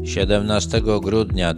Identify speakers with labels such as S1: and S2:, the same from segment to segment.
S1: 17 grudnia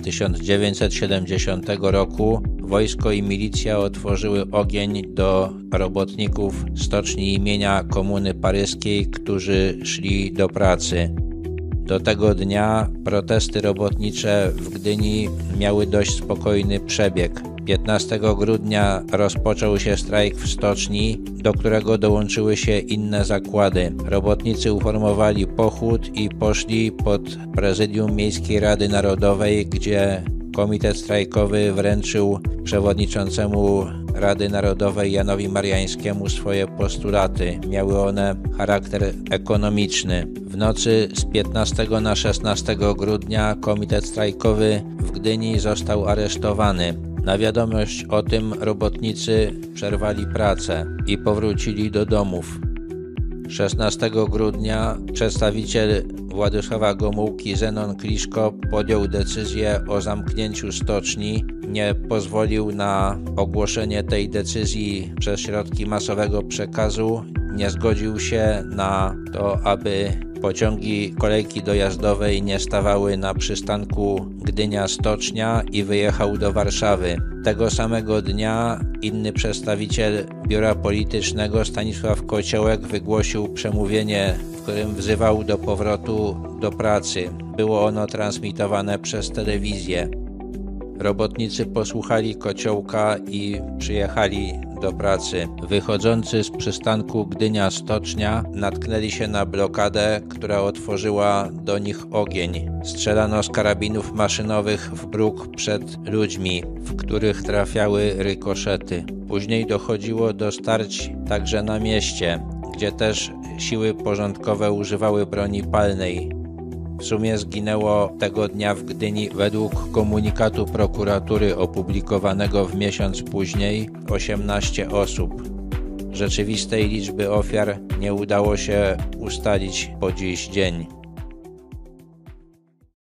S1: 1970 roku wojsko i milicja otworzyły ogień do robotników stoczni imienia Komuny Paryskiej, którzy szli do pracy. Do tego dnia protesty robotnicze w Gdyni miały dość spokojny przebieg. 15 grudnia rozpoczął się strajk w stoczni, do którego dołączyły się inne zakłady. Robotnicy uformowali pochód i poszli pod prezydium Miejskiej Rady Narodowej, gdzie komitet strajkowy wręczył przewodniczącemu Rady Narodowej Janowi Mariańskiemu swoje postulaty. Miały one charakter ekonomiczny. W nocy z 15 na 16 grudnia komitet strajkowy w Gdyni został aresztowany. Na wiadomość o tym robotnicy przerwali pracę i powrócili do domów. 16 grudnia przedstawiciel Władysława Gomułki Zenon Kliszko podjął decyzję o zamknięciu stoczni. Nie pozwolił na ogłoszenie tej decyzji przez środki masowego przekazu. Nie zgodził się na to, aby pociągi kolejki dojazdowej nie stawały na przystanku Gdynia-Stocznia i wyjechał do Warszawy. Tego samego dnia inny przedstawiciel biura politycznego Stanisław Kociołek wygłosił przemówienie, w którym wzywał do powrotu do pracy. Było ono transmitowane przez telewizję. Robotnicy posłuchali Kociołka i przyjechali do pracy. Wychodzący z przystanku Gdynia-Stocznia natknęli się na blokadę, która otworzyła do nich ogień. Strzelano z karabinów maszynowych w bruk przed ludźmi, w których trafiały rykoszety. Później dochodziło do starć także na mieście, gdzie też siły porządkowe używały broni palnej. W sumie zginęło tego dnia w Gdyni według komunikatu prokuratury opublikowanego w miesiąc później 18 osób. Rzeczywistej liczby ofiar nie udało się ustalić po dziś dzień.